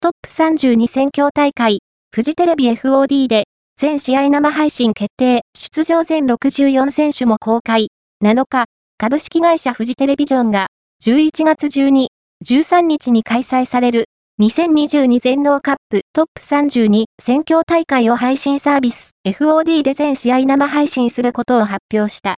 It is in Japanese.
トップ32選挙大会、フジテレビ FOD で、全試合生配信決定、出場全64選手も公開。7日、株式会社フジテレビジョンが、11月12、13日に開催される、2022全農カップトップ32選挙大会を配信サービス FOD で全試合生配信することを発表した。